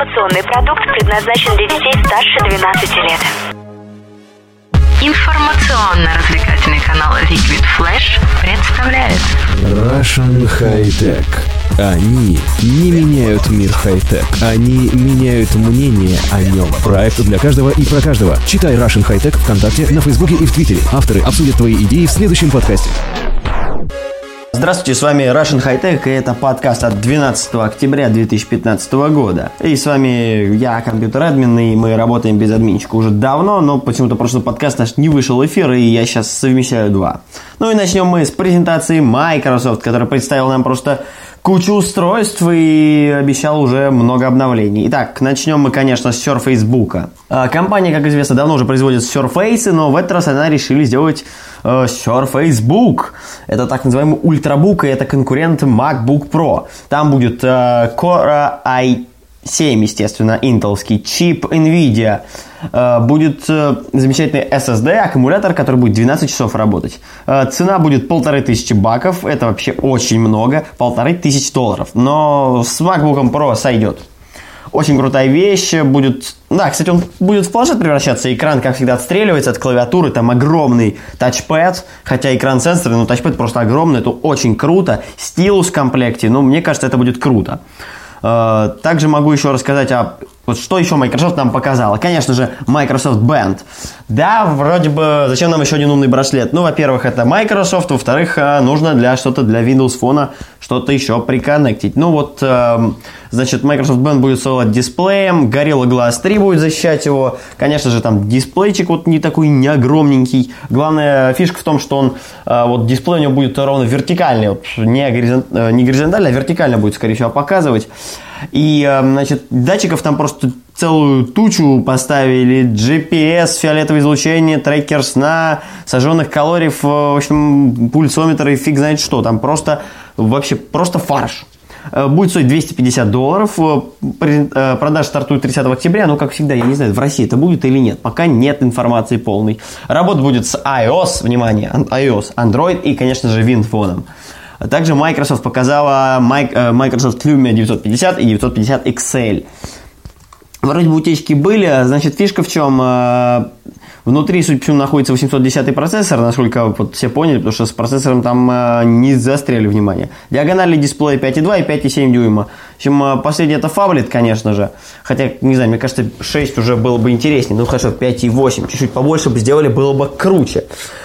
Информационный продукт предназначен для детей старше 12 лет. Информационно-развлекательный канал Liquid Flash представляет Russian High Tech. Они не меняют мир хай-тек. Они меняют мнение о нем. Проект для каждого и про каждого. Читай Russian High Tech ВКонтакте, на Фейсбуке и в Твиттере. Авторы обсудят твои идеи в следующем подкасте. Здравствуйте, с вами Russian High Tech, и это подкаст от 12 октября 2015 года. И с вами я, компьютер-админ, и мы работаем без админчика уже давно, но почему-то прошлый подкаст наш не вышел в эфир, и я сейчас совмещаю два. Ну и начнем мы с презентации Microsoft, которая представила нам просто кучу устройств и обещал уже много обновлений. Итак, начнем мы, конечно, с Surface Book. Компания, как известно, давно уже производит Surface, но в этот раз она решили сделать Surface Book. Это так называемый ультрабук, и это конкурент MacBook Pro. Там будет Core i7, естественно, интелский чип NVIDIA. Будет замечательный SSD, аккумулятор, который будет 12 часов работать. Цена будет $1500. Это вообще очень много. $1500. Но с MacBook Pro сойдет. Очень крутая вещь. Будет... Да, кстати, он будет в планшет превращаться. Экран, как всегда, отстреливается от клавиатуры. Там огромный тачпэд. Хотя экран сенсорный, но тачпэд просто огромный. Это очень круто. Стилус в комплекте. Ну, мне кажется, это будет круто. Также могу еще рассказать вот что еще Microsoft нам показала. Конечно же, Microsoft Band. Да, вроде бы, зачем нам еще один умный браслет? Ну, во-первых, это Microsoft, во-вторых, нужно для Windows Phone что-то еще приконнектить. Ну вот, значит, Microsoft Band будет создавать дисплеем, Gorilla Glass 3 будет защищать его. Конечно же, там дисплейчик вот не такой, не огромненький. Главная фишка в том, что он, вот дисплей у него будет ровно вертикальный, вот, не горизонтально, а вертикально будет, скорее всего, показывать. И, значит, датчиков там просто целую тучу поставили. GPS, фиолетовое излучение, трекер сна, сожженных калорий, в общем, пульсометр и фиг знает что. Там просто, вообще, просто фарш. Будет стоить $250. Продажи стартуют 30 октября. Но, как всегда, я не знаю, в России это будет или нет. Пока нет информации полной. Работа будет с iOS, внимание, iOS, Android и, конечно же, WinPhone. Также Microsoft показала Microsoft Lumia 950 и 950 XL. Вроде бы утечки были, значит, фишка в чем? Внутри, судя по всему, находится 810 процессор, насколько вот все поняли, потому что с процессором там не заостряли внимание. Диагональный дисплей 5,2 и 5,7 дюйма. В общем, последний это фаблет, конечно же. Хотя, не знаю, мне кажется, 6 уже было бы интереснее. Ну, хорошо, 5,8. Чуть-чуть побольше бы сделали, было бы круче.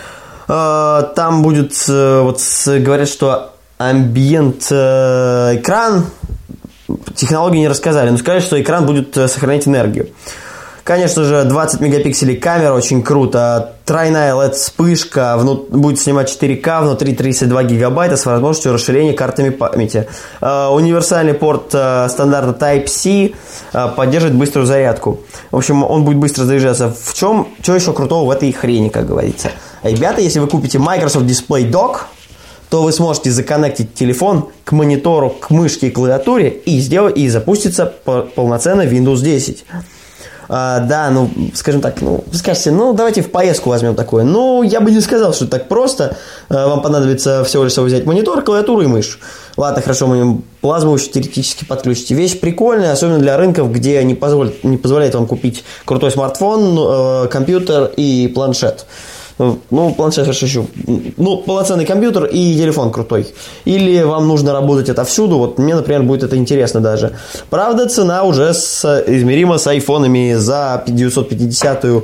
Там будет, вот говорят, что амбиент экран, технологии не рассказали, но сказали, что экран будет сохранять энергию. Конечно же, 20 мегапикселей камера, очень круто. Тройная LED-вспышка, будет снимать 4К, внутри 32 гигабайта с возможностью расширения картами памяти. Универсальный порт стандарта Type-C, поддерживает быструю зарядку. В общем, он будет быстро заряжаться. Что еще крутого в этой хрени, как говорится? Ребята, если вы купите Microsoft Display Dock, то вы сможете законнектить телефон к монитору, к мышке и клавиатуре и запустится полноценно Windows 10. Да, ну, скажем так, вы скажете, давайте в поездку возьмем такое. Я бы не сказал, что это так просто. Вам понадобится всего лишь взять монитор, клавиатуру и мышь. Ладно, хорошо, мы плазму еще теоретически подключите. Вещь прикольная, особенно для рынков, где не позволяет вам купить крутой смартфон, компьютер и планшет. Планшет хорошо еще. Полноценный компьютер и телефон крутой. Или вам нужно работать отовсюду. Вот мне, например, будет это интересно даже. Правда, цена уже измерима с айфонами за 950-ю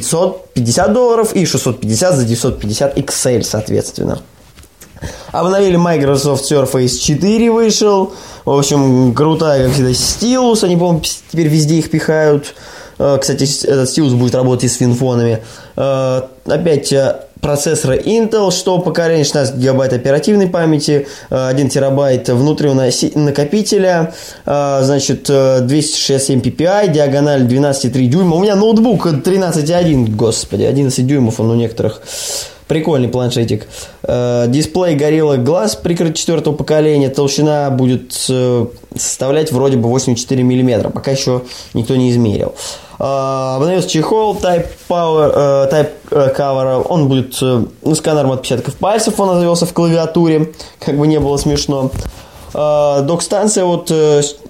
$550 и 650 за 950 XL, соответственно. Обновили Microsoft Surface 4 вышел. В общем, крутая, как всегда, стилус. Они, по-моему, теперь везде их пихают. Кстати, этот стилус будет работать и с винфонами. Опять процессоры Intel, что поколение, 16 гигабайт оперативной памяти, 1 терабайт внутреннего накопителя, значит, 267 ppi, диагональ 12,3 дюйма. У меня ноутбук 13,1, господи, 11 дюймов он у некоторых. Прикольный планшетик. Дисплей Gorilla Glass прикрыт 4-го поколения. Толщина будет составлять вроде бы 84 мм. Пока еще никто не измерил. Обновился чехол Type Cover. Он будет сканером отпечатков пальцев. Он завелся в клавиатуре. Как бы не было смешно. Док-станция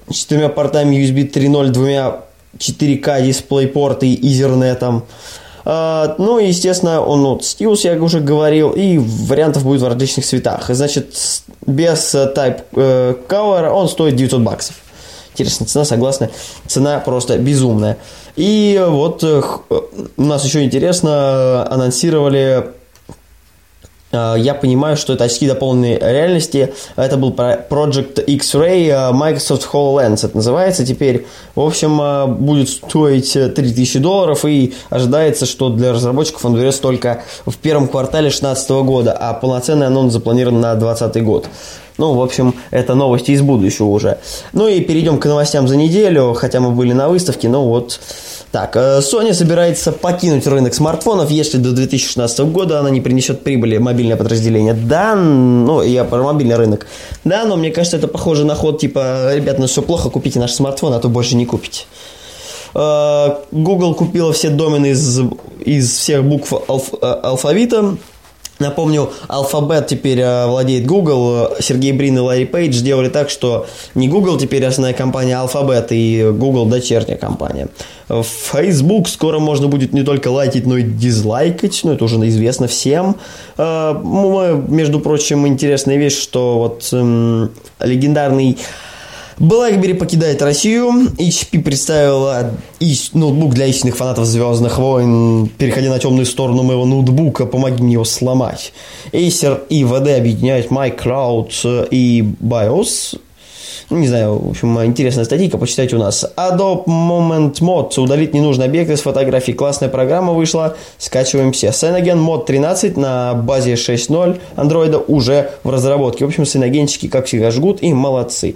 с 4 портами USB 3.0, 2 4К DisplayPort и Ethernet. Ну и, естественно, он стилус, я уже говорил, и вариантов будет в различных цветах. Значит, без Type Cover он стоит $900. Интересная цена, согласна. Цена просто безумная. И вот у нас еще интересно анонсировали. Я понимаю, что это очки дополненной реальности. Это был Project X-Ray Microsoft HoloLens. Это называется теперь. В общем, будет стоить $3000. И ожидается, что для разработчиков он берется только в первом квартале 2016 года. А полноценный анонс запланирован на 2020 год. Ну, в общем, это новости из будущего уже. Ну и перейдем к новостям за неделю. Хотя мы были на выставке, но вот... Так, Sony собирается покинуть рынок смартфонов, если до 2016 года она не принесет прибыли мобильное подразделение. Да, ну, я про мобильный рынок. Да, но мне кажется, это похоже на ход, типа, ребят, ну все плохо, купите наш смартфон, а то больше не купите. Google купила все домены из всех букв алфавита. Напомню, Alphabet теперь владеет Google. Сергей Брин и Ларри Пейдж сделали так, что не Google теперь основная компания, а Alphabet, и Google дочерняя компания. Facebook скоро можно будет не только лайкать, но и дизлайкать. Ну, это уже известно всем. Между прочим, интересная вещь, что вот легендарный BlackBerry покидает Россию. HP представила ноутбук для истинных фанатов «Звездных войн». Переходя на темную сторону моего ноутбука, помоги мне его сломать. Acer и VD объединяют MyCloud и BIOS. Не знаю, в общем, интересная статейка, почитайте у нас. Adobe Moment Mod. Удалить ненужные объекты с фотографий. Классная программа вышла. Скачиваем все. Cyanogen Mod 13 на базе 6.0 Android уже в разработке. В общем, cyanogenчики, как всегда, жгут и молодцы.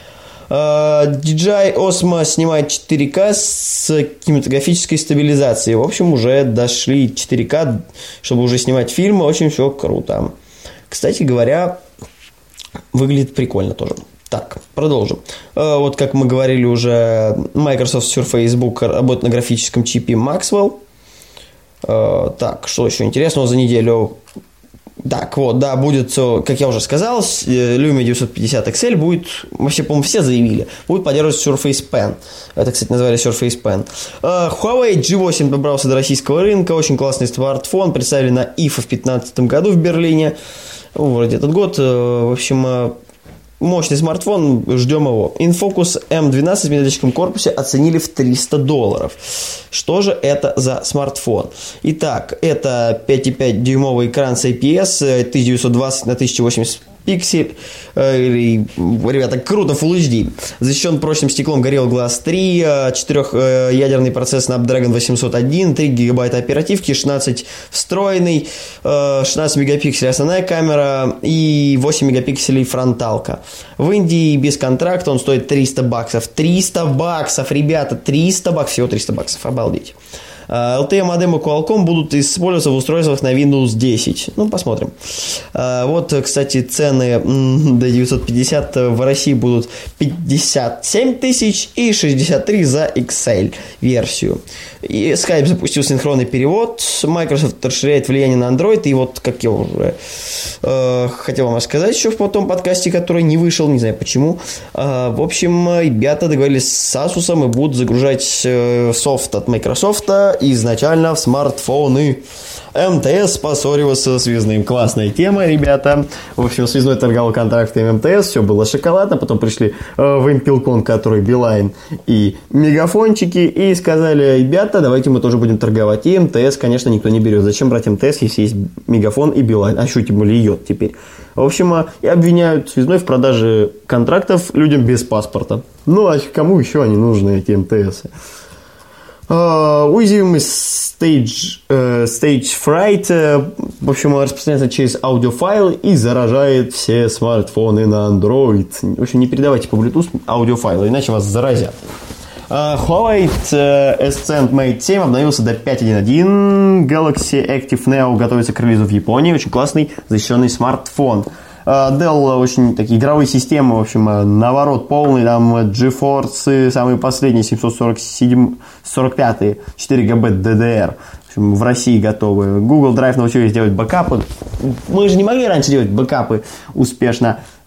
DJI Osmo снимает 4К с кинематографической стабилизацией. В общем, уже дошли 4К, чтобы уже снимать фильмы. Очень все круто. Кстати говоря, выглядит прикольно тоже. Так, продолжим. Вот как мы говорили уже, Microsoft Surface Book работает на графическом чипе Maxwell. Так, что еще интересного за неделю? Так, вот, да, будет, как я уже сказал, Lumia 950 XL будет, вообще, по-моему, все заявили, будет поддерживать Surface Pen. Это, кстати, назвали Surface Pen. Huawei G8 добрался до российского рынка, очень классный смартфон, представили на IFA в 2015 году в Берлине, вроде этот год, в общем... Мощный смартфон, ждем его. InFocus M12 в металлическом корпусе оценили в $300. Что же это за смартфон? Итак, это 5,5-дюймовый экран с IPS 1920 на 1080 пиксель. Ребята, круто, Full HD. Защищен прочным стеклом Gorilla Glass 3, 4-ядерный процесс Snapdragon 801, 3 гигабайта оперативки, 16 встроенный, 16 мегапикселей основная камера и 8 мегапикселей фронталка. В Индии без контракта он стоит $300. $300, ребята, $300, всего $300, обалдеть. LTE-модемы Qualcomm будут использоваться в устройствах на Windows 10. Ну, посмотрим. Вот, кстати, цены до 950 в России будут 57 тысяч и 63 за XL-версию. И Skype запустил синхронный перевод. Microsoft расширяет влияние на Android. И вот, как я уже хотел вам рассказать еще в том подкасте, который не вышел, не знаю почему. В общем, ребята договорились с Asus и будут загружать софт от Microsoft изначально в смартфоны. МТС поссорился со связным. Классная тема, ребята. В общем, связной торговал контрактами МТС, все было шоколадно. Потом пришли в Импелкон, который Билайн и Мегафончики, и сказали: ребята, давайте мы тоже будем торговать. И МТС, конечно, никто не берет. Зачем брать МТС, если есть Мегафон и Билайн? А что, тем более йод теперь. В общем, и обвиняют связной в продаже контрактов людям без паспорта. Ну, а кому еще они нужны, эти МТСы? Уязвимость Stage Fright, в общем, распространяется через аудиофайлы и заражает все смартфоны на Android. В общем, не передавайте по Bluetooth аудиофайлы, иначе вас заразят. Huawei Ascend Mate 7 обновился до 5.1.1. Galaxy Active Neo готовится к релизу в Японии. Очень классный защищенный смартфон. Dell очень такие игровые системы, в общем, наворот полный, там GeForce, самые последние 745, 4 ГБ DDR, в общем, в России готовы. Google Drive научились делать бэкапы. Мы же не могли раньше делать бэкапы успешно.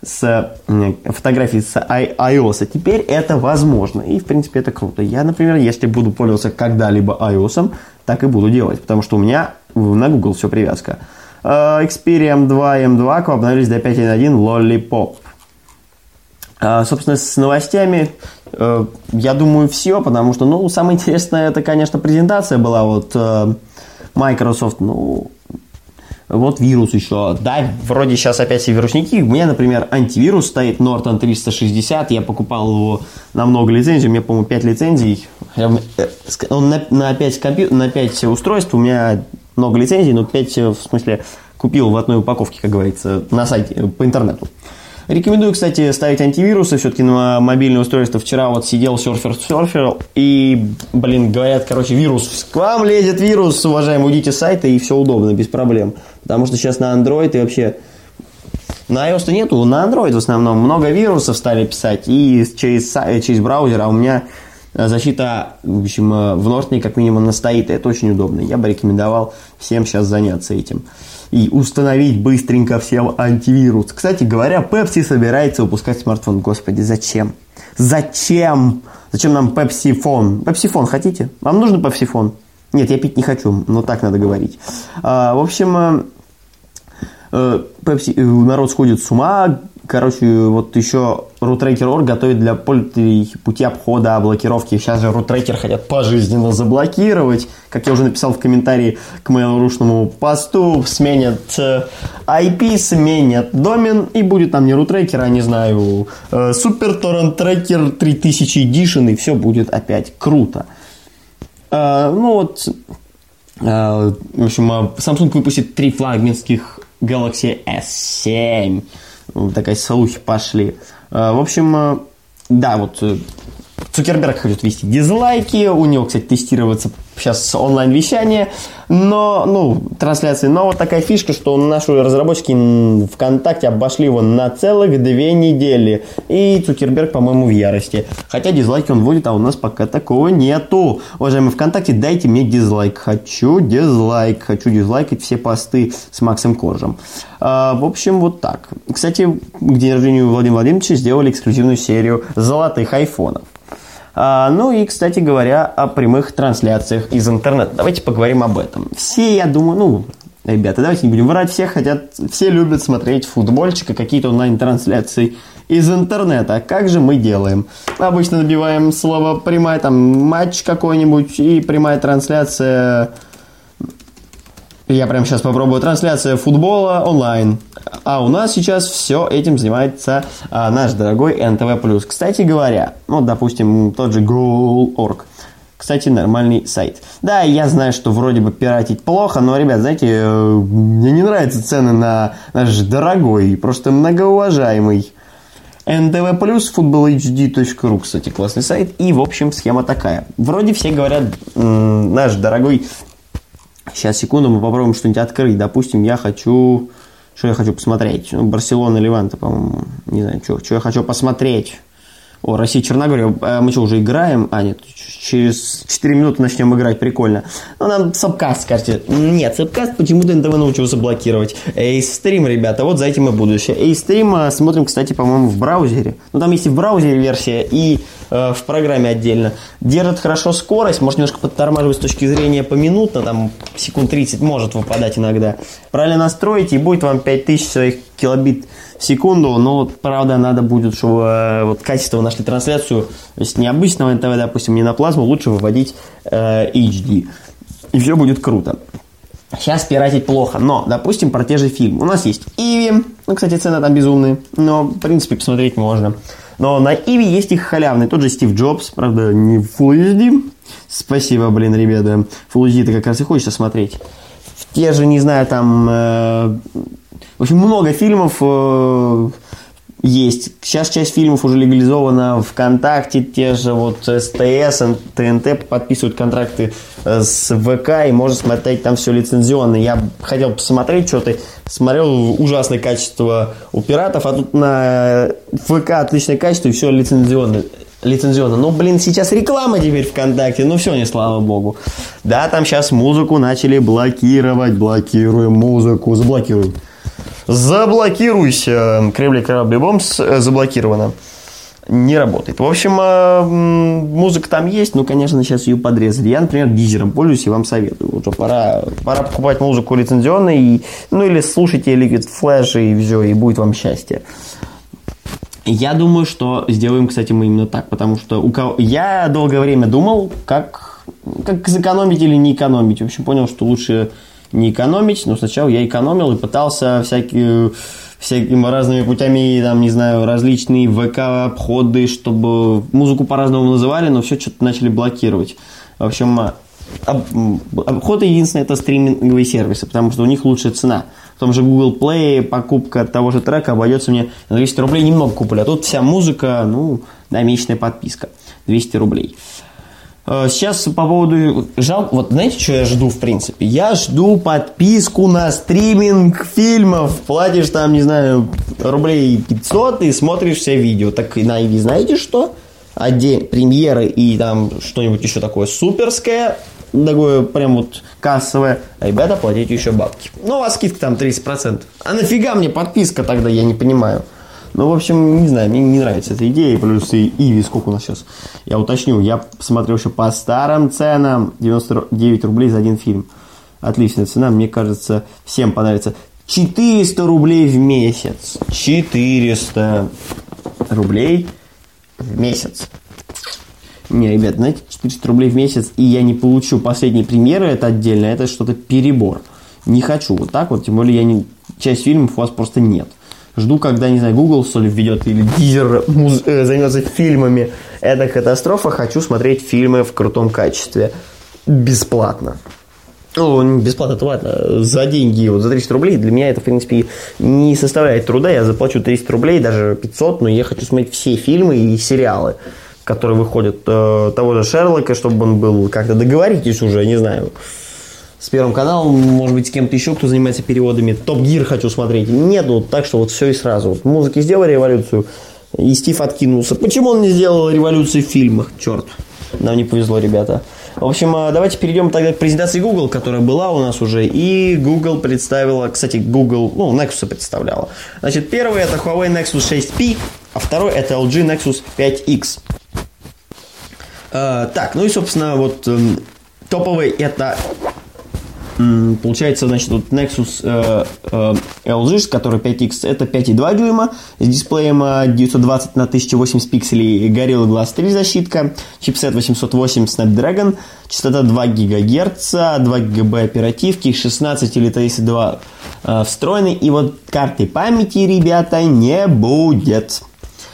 с фотографий с iOS. Теперь это возможно. И, в принципе, это круто. Я, например, если буду пользоваться когда-либо iOS, так и буду делать. Потому что у меня на Google все привязка. Xperia M2 и M2 обновились до 5.1 Lollipop. Собственно, с новостями, я думаю, все, потому что, самое интересное, это, конечно, презентация была вот Microsoft, вот вирус еще, да, вроде сейчас опять все вирусники, у меня, например, антивирус стоит Norton 360, я покупал его на много лицензий, у меня, по-моему, 5 лицензий, он на 5 устройств, у меня много лицензий, но 5, в смысле, купил в одной упаковке, как говорится, на сайте, по интернету. Рекомендую, кстати, ставить антивирусы все-таки на мобильное устройство. Вчера вот сидел, серфер, и, говорят, вирус. К вам лезет вирус, уважаемые, уйдите с сайта, и все удобно, без проблем. Потому что сейчас на Android и вообще... На iOS-то нету, на Android в основном много вирусов стали писать, и через браузер, а у меня защита, в общем, в Norton как минимум настоит, и это очень удобно. Я бы рекомендовал всем сейчас заняться этим. И установить быстренько всем антивирус. Кстати говоря, Pepsi собирается выпускать смартфон. Господи, зачем? Зачем? Зачем нам Pepsi-фон? Pepsi-фон хотите? Вам нужен Pepsi-фон? Нет, я пить не хочу, но так надо говорить. В общем, Pepsi, народ сходит с ума. Вот еще RootRacker.org готовит для пользователей пути обхода блокировки. Сейчас же RootRacker хотят пожизненно заблокировать. Как я уже написал в комментарии к Mail.ru-шному посту, сменят IP, сменят домен, и будет там не RootRacker, а, не знаю, Super Torrent Tracker 3000 Edition, и все будет опять круто. В общем, Samsung выпустит 3 флагманских Galaxy S7. Такая слухи пошли. В общем, да, вот Цукерберг хочет вести дизлайки. У него, кстати, тестироваться сейчас онлайн-вещание. Но, трансляции. Но вот такая фишка, что наши разработчики ВКонтакте обошли его на целых 2 недели. И Цукерберг, по-моему, в ярости. Хотя дизлайки он вводит, а у нас пока такого нету. Уважаемые ВКонтакте, дайте мне дизлайк. Хочу дизлайкать все посты с Максом Коржем. В общем, вот так. Кстати, к день рождения Владимира Владимировича сделали эксклюзивную серию золотых айфонов. И, кстати говоря, о прямых трансляциях из интернета. Давайте поговорим об этом. Все, я думаю, ребята, давайте не будем врать, все любят смотреть футбольчик и какие-то онлайн-трансляции из интернета. Как же мы делаем? Обычно набиваем слово «прямая», там, матч какой-нибудь, и прямая трансляция... Я прямо сейчас попробую трансляция футбола онлайн. А у нас сейчас все этим занимается наш дорогой НТВ+. Кстати говоря, допустим, тот же Goal.org. Кстати, нормальный сайт. Да, я знаю, что вроде бы пиратить плохо, но, ребят, знаете, мне не нравятся цены на наш дорогой, просто многоуважаемый НТВ+, footballhd.ru, кстати, классный сайт. И, в общем, схема такая. Вроде все говорят, наш дорогой... Сейчас, секунду, мы попробуем что-нибудь открыть. Допустим, что я хочу посмотреть? Барселона, Леванте, по-моему. Не знаю, что я хочу посмотреть. Россия, Черногория. Мы что, уже играем? Нет, через 4 минуты начнем играть. Прикольно. Нам Сабкаст, скажете. Нет, Сабкаст почему-то НТВ научился блокировать. Эйстрим, ребята, вот за этим и будущее. Эйстрим смотрим, кстати, по-моему, в браузере. Там есть и в браузере версия, и в программе отдельно. Держит хорошо скорость, может немножко подтормаживать с точки зрения поминутно, там секунд 30 может выпадать иногда. Правильно настроите, и будет вам 5000 своих килобит в секунду, но, правда, надо будет, чтобы качество нашли трансляцию, то есть не обычного НТВ, допустим, не на плазму, лучше выводить HD. И все будет круто. Сейчас пиратить плохо, но, допустим, про те же фильмы. У нас есть Иви, кстати, цены там безумные, но, в принципе, посмотреть можно. Но на Иви есть их халявный, тот же Стив Джобс, правда, не Full HD. Спасибо, ребята. Full HD-то как раз и хочется смотреть. Те же, не знаю, там... В общем, много фильмов есть. Сейчас часть фильмов уже легализована ВКонтакте. Те же СТС, ТНТ подписывают контракты с ВК, и можно смотреть там все лицензионно. Я хотел посмотреть что-то, смотрел ужасное качество у пиратов, а тут на ВК отличное качество, и все лицензионно. Но, сейчас реклама теперь ВКонтакте, все не слава богу. Да, там сейчас музыку начали блокировать. Блокируем музыку, заблокируем. Заблокируйся. Кребли Крабли Бомс заблокировано. Не работает. В общем, музыка там есть, но, конечно, сейчас ее подрезали. Я, например, дизером пользуюсь и вам советую. Уже пора покупать музыку лицензионной, ну или слушайте Liquid Flash, и все, и будет вам счастье. Я думаю, что сделаем, кстати, мы именно так, потому что я долгое время думал, как сэкономить или не экономить. В общем, понял, что лучше не экономить, но сначала я экономил и пытался всякими разными путями, там, не знаю, различные ВК-обходы, чтобы музыку по-разному называли, но все что-то начали блокировать. В общем, обход единственное, это стриминговые сервисы, потому что у них лучшая цена. В том же Google Play покупка того же трека обойдется мне на 200 рублей, немного куплю, а тут вся музыка, месячная подписка, 200 рублей. Сейчас по поводу... Жалко, вот знаете, что я жду, в принципе? Я жду подписку на стриминг фильмов. Платишь там, не знаю, рублей 500 и смотришь все видео. Так на Иви знаете что? Отдельно премьеры и там что-нибудь еще такое суперское, такое прям вот кассовое. Ребята, платите еще бабки. Ну, у вас скидка там 30%. А нафига мне подписка тогда, я не понимаю. Ну, в общем, не знаю, мне не нравится эта идея. Плюс и Иви, сколько у нас сейчас? Я уточню, я посмотрел еще по старым ценам. 99 рублей за один фильм. Отличная цена, мне кажется, всем понравится. 400 рублей в месяц. 400 рублей в месяц. Не, ребят, знаете, 400 рублей в месяц, и я не получу последние премьеры, это отдельно, это что-то перебор. Не хочу вот так вот, тем более часть фильмов у вас просто нет. Жду, когда, не знаю, Google, что ли, введет, или Deezer займется фильмами. Это катастрофа. Хочу смотреть фильмы в крутом качестве. Бесплатно. Ну, бесплатно-то ладно. За деньги, вот за 300 рублей для меня это, в принципе, не составляет труда. Я заплачу 300 рублей, даже 500, но я хочу смотреть все фильмы и сериалы, которые выходят того же Шерлока, чтобы он был как-то... Договоритесь уже, не знаю... С Первым каналом, может быть, с кем-то еще, кто занимается переводами. Топ Гир хочу смотреть. Нету, так что вот все и сразу. Вот музыки сделали революцию, и Стив откинулся. Почему он не сделал революцию в фильмах? Черт, нам не повезло, ребята. В общем, давайте перейдем тогда к презентации Google, которая была у нас уже. И Google представила, кстати, Nexus представляла. Значит, первый это Huawei Nexus 6P, а второй это LG Nexus 5X. Так, ну и, собственно, вот топовый это... Получается, значит, вот Nexus LG, который 5X, это 5,2 дюйма с дисплеем 920 на 1080 пикселей, Gorilla Glass 3 защитка, чипсет 808 Snapdragon, частота 2 ГГц, 2 ГБ оперативки, 16 или 32 встроенный, и вот карты памяти, ребята, не будет.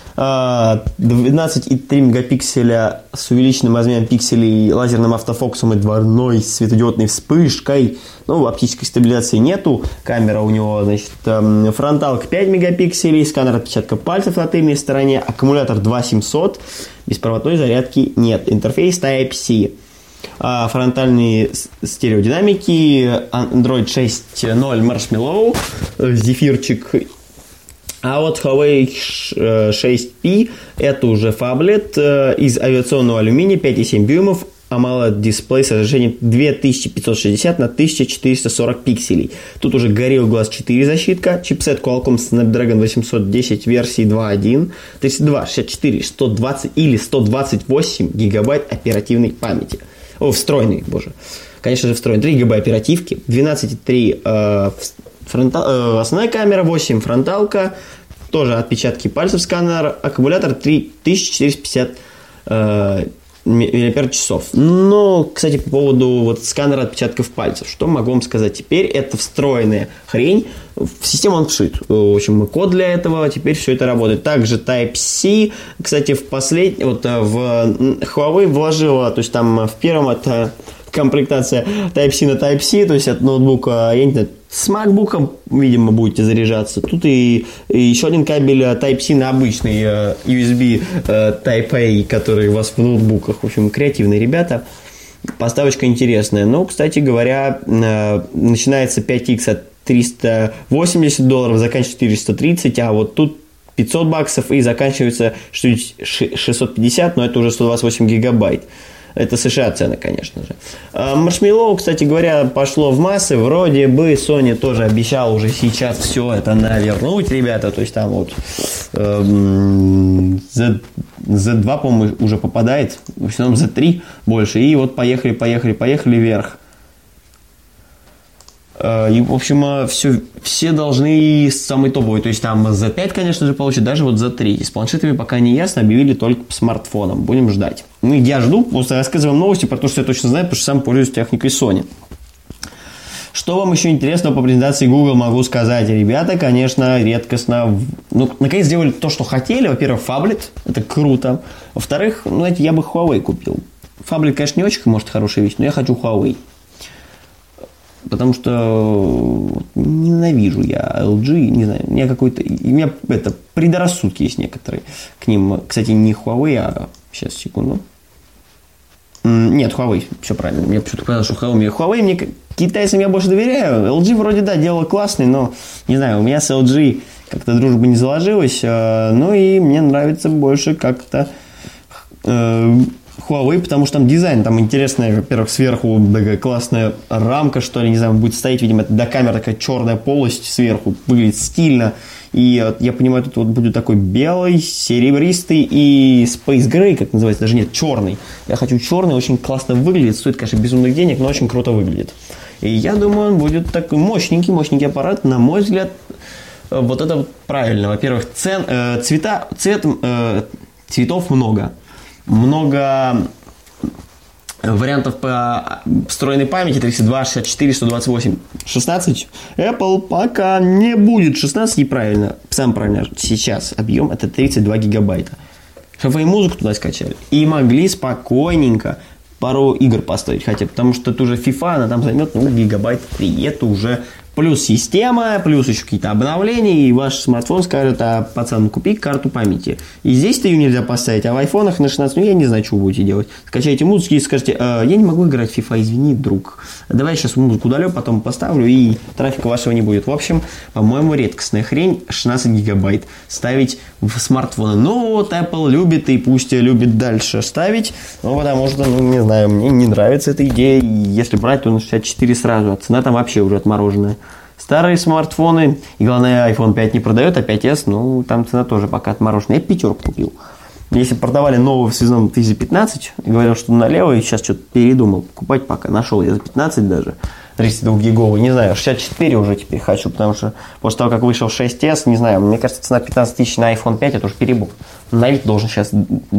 12,3 мегапикселя с увеличенным размером пикселей, лазерным автофокусом и двойной светодиодной вспышкой. Ну, оптической стабилизации нету. Камера у него, значит, фронталка 5 мегапикселей, сканер отпечатка пальцев на тыльной стороне, аккумулятор 2700, беспроводной зарядки нет. Интерфейс Type-C. Фронтальные стереодинамики, Android 6.0 Marshmallow, зефирчик. А вот Huawei 6P это уже фаблет из авиационного алюминия 5,7 дюймов, AMOLED дисплей с разрешением 2560 на 1440 пикселей. Тут уже Gorilla Glass 4 защитка, чипсет Qualcomm Snapdragon 810 версии 2.1, 32, 64, 120 или 128 гигабайт оперативной памяти. Встроенной, боже. Конечно же, встроенной. 3 гигабайта оперативки, 12,3 основная камера, 8 фронталка, тоже отпечатки пальцев сканер, аккумулятор 3450 мАч. Но, кстати, по поводу вот сканера отпечатков пальцев, что могу вам сказать? Теперь это встроенная хрень, в систему он вшит. В общем, код для этого, теперь все это работает. Также Type-C, кстати, в Huawei вложила, то есть там в первом это комплектация Type-C на Type-C, то есть от ноутбука, я не знаю, с MacBook'ом, видимо, будете заряжаться. Тут и еще один кабель Type-C на обычный USB Type-A, который у вас в ноутбуках. В общем, креативные ребята. Поставочка интересная. Но, кстати говоря, начинается 5X от $380, заканчивается 430, а вот тут $500 и заканчивается 650, но это уже 128 гигабайт. Это США цены, конечно же. Marshmallow, кстати говоря, пошло в массы. Вроде бы Sony тоже обещал уже сейчас все это навернуть, ребята. То есть там вот Z2, по-моему, уже попадает. В основном Z3 больше. И вот поехали вверх. И, в общем, все должны самый топовый. То есть там Z5, конечно же, получит, даже вот Z3. С планшетами пока не ясно, объявили только по смартфонам. Будем ждать. Ну, я жду, просто рассказываю вам новости про то, что я точно знаю, потому что сам пользуюсь техникой Sony. Что вам еще интересного по презентации Google могу сказать? Ребята, конечно, редкостно... Ну, наконец сделали то, что хотели. Во-первых, фаблет. Это круто. Во-вторых, ну, знаете, я бы Huawei купил. Фаблет, конечно, не очень, может, хорошая вещь, но я хочу Huawei. Потому что ненавижу я LG, не знаю, у меня предрассудки есть некоторые к ним. Кстати, не Huawei, а сейчас, секунду. Нет, Huawei, все правильно. Мне почему-то показалось, что Huawei мне китайцам я больше доверяю. LG вроде, да, дело классное, но, не знаю, у меня с LG как-то дружба не заложилась. Ну и мне нравится больше как-то Huawei, потому что там дизайн, там интересная, во-первых, сверху такая классная рамка, что ли, не знаю, будет стоять, видимо, до камеры такая черная полость сверху, выглядит стильно, и я понимаю, тут вот будет такой белый, серебристый и Space Gray, как называется, даже нет, черный. Я хочу черный, очень классно выглядит, стоит, конечно, безумных денег, но очень круто выглядит. И я думаю, он будет такой мощненький аппарат, на мой взгляд, вот это вот правильно. Во-первых, цветов много вариантов по встроенной памяти 32, 64, 128, 16. Apple пока не будет 16, неправильно. Самое правильно сейчас объем это 32 гигабайта. Чтобы вы музыку туда скачали. И могли спокойненько пару игр поставить. Хотя, потому что ту же FIFA, она там займет гигабайт 3. Это уже плюс система, плюс еще какие-то обновления, и ваш смартфон скажет: а, пацан, купи карту памяти. И здесь-то ее нельзя поставить, а в айфонах на 16, я не знаю, что вы будете делать. Скачайте музыку и скажете: я не могу играть в FIFA, извини, друг. Давай я сейчас музыку удалю, потом поставлю, и трафика вашего не будет. В общем, по-моему, редкостная хрень 16 гигабайт ставить в смартфоны. Ну, вот Apple любит, и пусть любит дальше ставить, но потому что, не знаю, мне не нравится эта идея. Если брать, то на 64 сразу, а цена там вообще уже отмороженная. Старые смартфоны, и главное, iPhone 5 не продает, а 5s, ну, там цена тоже пока отмороженная. Я пятерку купил. Если продавали нового в связном 1015, говорил, что налево, и сейчас что-то передумал покупать пока. Нашел я за 15 даже, 32-гиговый, не знаю, 64 уже теперь хочу, потому что после того, как вышел 6s, не знаю, мне кажется, цена 15 тысяч на iPhone 5, это уже перебор. На вид должен сейчас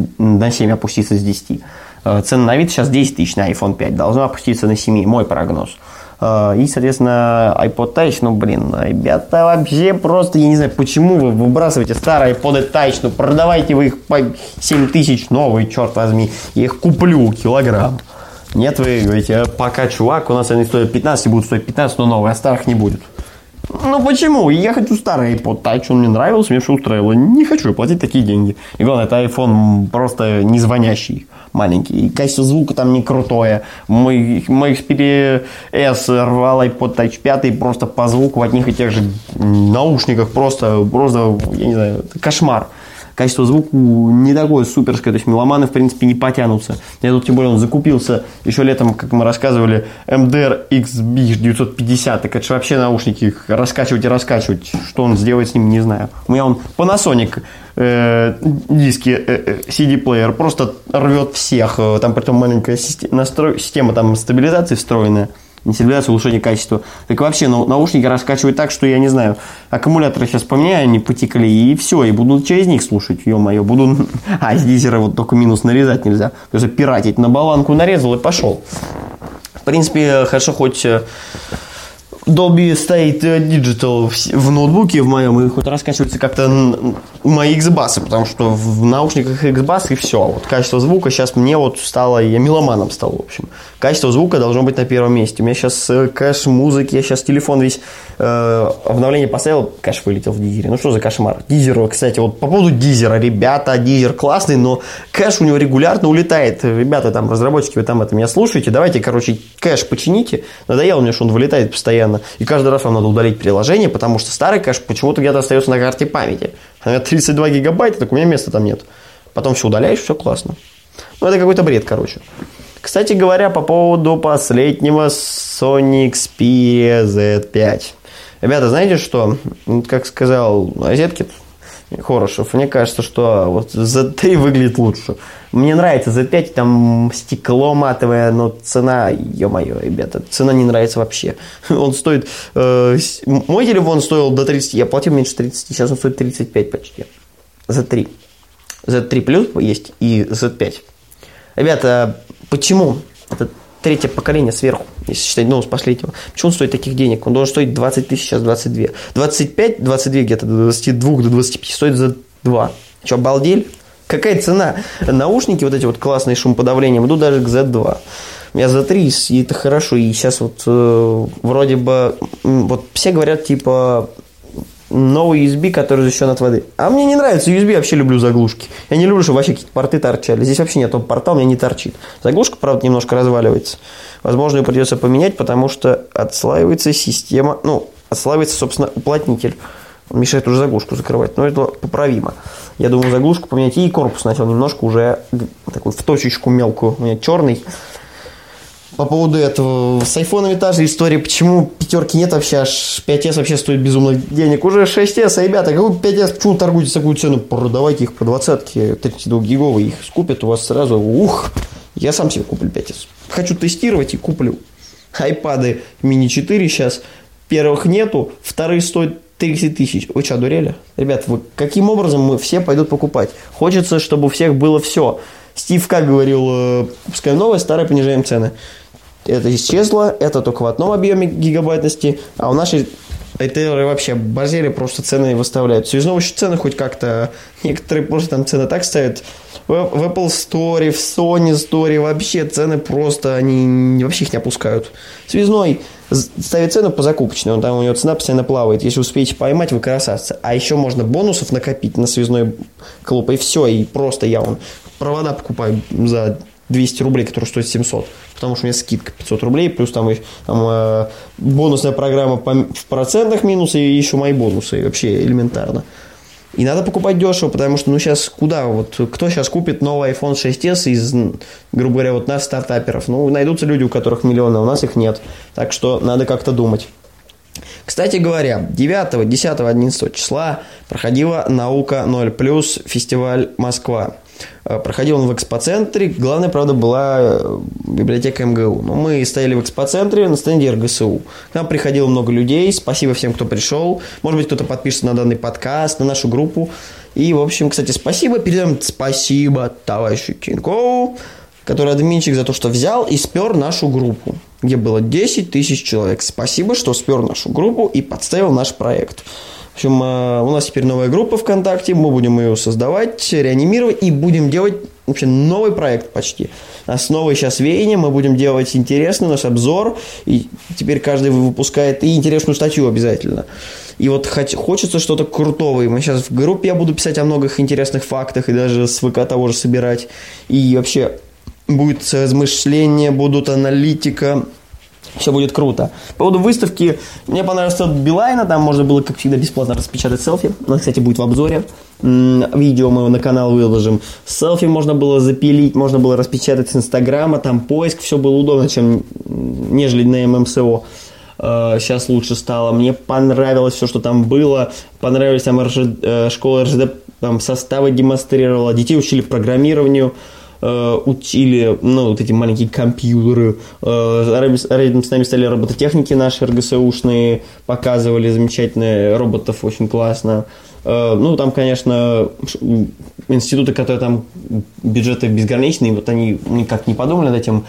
на 7 опуститься с 10. Цена на вид сейчас 10 тысяч на iPhone 5, должна опуститься на 7, мой прогноз. И, соответственно, iPod Touch, ребята, вообще просто, я не знаю, почему вы выбрасываете старые iPod Touch, продавайте вы их по 7 тысяч, новые, черт возьми, я их куплю килограмм. Нет, вы говорите: пока, чувак, у нас они стоят 15, будут стоить 15, но новые, а старых не будет. Ну почему? Я хочу старый iPod Touch, он мне нравился, мне все устраивало. Не хочу платить такие деньги. И главное, это iPhone просто не звонящий, маленький. И качество звука там не крутое. Мой Xperia S рвал iPod Touch 5 просто по звуку в одних и тех же наушниках. Просто я не знаю, это кошмар. Качество звука не такое суперское, то есть меломаны, в принципе, не потянутся. Я тут, тем более, он закупился еще летом, как мы рассказывали, MDR XB 950, так это же вообще наушники раскачивать и раскачивать. Что он сделает с ним, не знаю. У меня он Panasonic диски CD-плеер просто рвет всех. Там притом маленькая система там стабилизации встроенная. Не стабилизация, улучшение качества. Так вообще наушники раскачивают так, что я не знаю. Аккумуляторы сейчас поменяю, они потекли, и все, и буду через них слушать. Ё-моё, буду... А, с дизера вот только минус нарезать нельзя. То есть пиратить. На болванку нарезал и пошел. В принципе, хорошо хоть Dolby стоит Digital в ноутбуке в моем, и хоть раскачивается как-то мои X-басы, потому что в наушниках X-бас и все. Вот качество звука сейчас мне вот стало, я меломаном стал, в общем. Качество звука должно быть на первом месте. У меня сейчас кэш музыки, я сейчас телефон весь обновление поставил, кэш вылетел в дизере. Ну что за кошмар? Дизер, кстати, вот по поводу дизера, ребята, дизер классный, но кэш у него регулярно улетает. Ребята, там, разработчики, вы там это меня слушаете, давайте, короче, кэш почините. Надоело мне, что он вылетает постоянно. И каждый раз вам надо удалить приложение, потому что старый кэш почему-то где-то остается на карте памяти. У меня 32 гигабайта, так у меня места там нет. Потом все удаляешь, все классно. Ну, это какой-то бред, короче. Кстати говоря, по поводу последнего Sony Xperia Z5. Ребята, знаете что? Как сказал Розеткин Хорошев, мне кажется, что вот Z3 выглядит лучше. Мне нравится Z5, там стекло матовое, но цена, ё-моё, ребята, цена не нравится вообще. Он стоит... мой телефон стоил до 30, я платил меньше 30, сейчас он стоит 35 почти. Z3. Z3 плюс есть и Z5. Ребята, почему? Это третье поколение сверху, если считать, с последнего. Почему он стоит таких денег? Он должен стоить 20 тысяч, сейчас 22. 25, 22 где-то до 22, до 25 стоит за 2. Что, обалдели? Какая цена? Наушники вот эти вот классные с шумоподавлением идут даже к Z2. У меня Z3, и это хорошо. И сейчас вот вроде бы... Вот все говорят, типа... Новый USB, который защищен от воды. А мне не нравится USB, я вообще люблю заглушки. Я не люблю, чтобы вообще какие-то порты торчали. Здесь вообще нет порта, у меня не торчит. Заглушка, правда, немножко разваливается. Возможно, ее придется поменять, потому что отслаивается система... отслаивается, собственно, уплотнитель. Он мешает уже заглушку закрывать. Но это поправимо. Я думаю, заглушку поменять. И корпус начал немножко уже такой в точечку мелкую. У меня черный. По поводу этого, с айфонами та же история, почему пятерки нет вообще, аж 5s вообще стоит безумных денег, уже 6s, ребята, какой 5s, почему торгуете такую цену, продавайте их по 20-ке, 32-гиговые, их скупят у вас сразу, я сам себе куплю 5s, хочу тестировать и куплю. Айпады мини 4 сейчас, первых нету, вторые стоят 30 тысяч, вы что, одурели? Ребята, каким образом мы все пойдут покупать? Хочется, чтобы у всех было все. Стив как говорил, пускаем новое, старое, понижаем цены. Это исчезло, это только в одном объеме гигабайтности, а у нашей ритейлеры вообще борзели, просто цены выставляют. Связного еще цены хоть как-то, некоторые просто там цены так ставят. В Apple Store, в Sony Store вообще цены просто, они вообще их не опускают. Связной ставит цену по закупочной, он там у него цена постоянно плавает. Если успеете поймать, вы красавцы. А еще можно бонусов накопить на связной клуб, и все, и просто я провода покупаю за 200 рублей, которые стоят 700, потому что у меня скидка 500 рублей, плюс там бонусная программа в процентах минус, и еще мои бонусы, и вообще элементарно. И надо покупать дешево, потому что, сейчас куда, кто сейчас купит новый iPhone 6s из, грубо говоря, нас, стартаперов? Найдутся люди, у которых миллионы, а у нас их нет, так что надо как-то думать. Кстати говоря, 9, 10, 11 числа проходила «Наука 0+» фестиваль «Москва». Проходил он в экспоцентре. Главное, правда, была библиотека МГУ. Но мы стояли в экспоцентре на стенде РГСУ. К нам приходило много людей. Спасибо всем, кто пришел. Может быть, кто-то подпишется на данный подкаст, на нашу группу. И, в общем, кстати, спасибо. Передаем спасибо товарищу Тинькову, который админчик, за то, что взял и спер нашу группу, где было 10 тысяч человек. Спасибо, что спер нашу группу и подставил наш проект. В общем, у нас теперь новая группа ВКонтакте, мы будем ее создавать, реанимировать и будем делать вообще новый проект почти. У нас новое сейчас веяние, мы будем делать интересный наш обзор, и теперь каждый выпускает и интересную статью обязательно. И хочется что-то крутого, и мы сейчас в группе я буду писать о многих интересных фактах, и даже с ВК того же собирать, и вообще будет размышление, будут аналитика. Все будет круто. По поводу выставки, мне понравился Билайна, там можно было, как всегда, бесплатно распечатать селфи. Он, кстати, будет в обзоре. Видео мы его на канал выложим. Селфи можно было запилить, можно было распечатать с Инстаграма, там поиск, все было удобно, нежели на ММСО. Сейчас лучше стало. Мне понравилось все, что там было. Понравились там школа РЖД, там составы демонстрировала, детей учили программированию. Учили, эти маленькие компьютеры. Рядом с нами стали робототехники наши РГСУшные, показывали замечательные роботов, очень классно. Там, конечно, институты, которые там бюджеты безграничные, они никак не подумали над этим.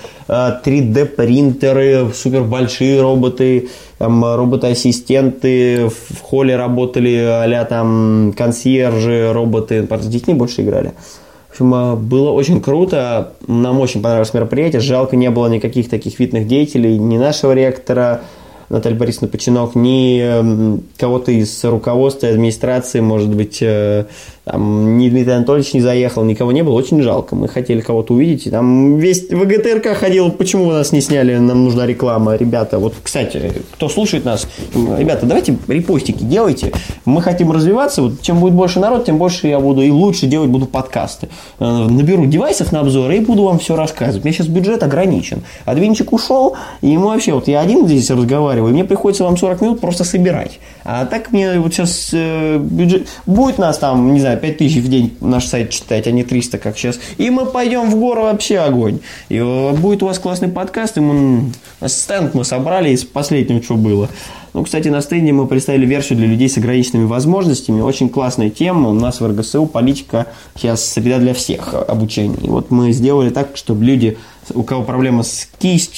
3D-принтеры, супер большие роботы, там роботы-ассистенты в холле работали, а-ля там консьержи, роботы, с детьми больше играли. В общем, было очень круто, нам очень понравилось мероприятие, жалко, не было никаких таких видных деятелей, ни нашего ректора Натальи Борисовны Починок, ни кого-то из руководства, администрации, может быть, Там ни Дмитрий Анатольевич не заехал, никого не было, очень жалко. Мы хотели кого-то увидеть, и там весь ВГТРК ходил, почему вы нас не сняли, нам нужна реклама. Ребята, вот, кстати, кто слушает нас, ребята, давайте репостики делайте. Мы хотим развиваться, вот, чем будет больше народ, тем больше я буду и лучше делать буду подкасты. Наберу девайсов на обзоры и буду вам все рассказывать. У меня сейчас бюджет ограничен. Адвинчик ушел, и ему вообще, вот я один здесь разговариваю, и мне приходится вам 40 минут просто собирать. А так мне вот сейчас бюджет... Будет нас там, не знаю, 5000 в день наш сайт читать, а не 300, как сейчас. И мы пойдем в гору, вообще огонь. И будет у вас классный подкаст, и стенд мы собрали из последнего, что было. Ну, кстати, на стенде мы представили версию для людей с ограниченными возможностями. Очень классная тема. У нас в РГСУ политика сейчас среда для всех обучения. И вот мы сделали так, чтобы люди, у кого проблема с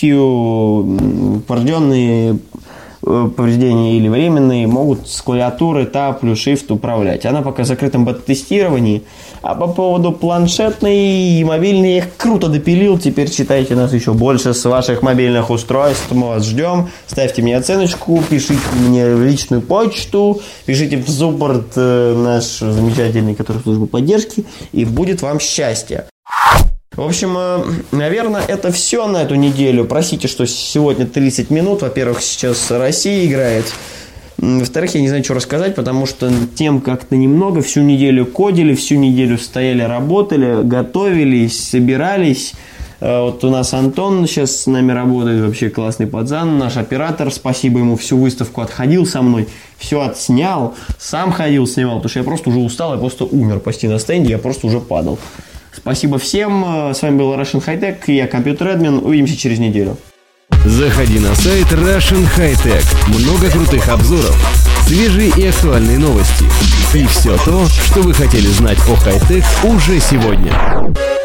кистью, порожденные повреждения или временные, могут с клавиатуры Tab плюс Shift управлять. Она пока в закрытом бета-тестировании. А по поводу планшетной и мобильной, я их круто допилил. Теперь читайте нас еще больше с ваших мобильных устройств. Мы вас ждем. Ставьте мне оценочку, пишите мне в личную почту, пишите в суппорт наш замечательный, который в службу поддержки, и будет вам счастье. В общем, наверное, это все на эту неделю. Простите, что сегодня 30 минут. Во-первых, сейчас Россия играет. Во-вторых, я не знаю, что рассказать, потому что тем как-то немного. Всю неделю кодили, всю неделю стояли, работали, готовились, собирались. Вот у нас Антон сейчас с нами работает, вообще классный пацан, наш оператор. Спасибо ему, всю выставку отходил со мной, все отснял, сам ходил, снимал, потому что я просто уже устал, я просто умер почти на стенде, я просто уже падал. Спасибо всем. С вами был Russian High Tech. Я компьютер-админ. Увидимся через неделю. Заходи на сайт Russian High Tech. Много крутых обзоров, свежие и актуальные новости. И все то, что вы хотели знать о хай-тек уже сегодня.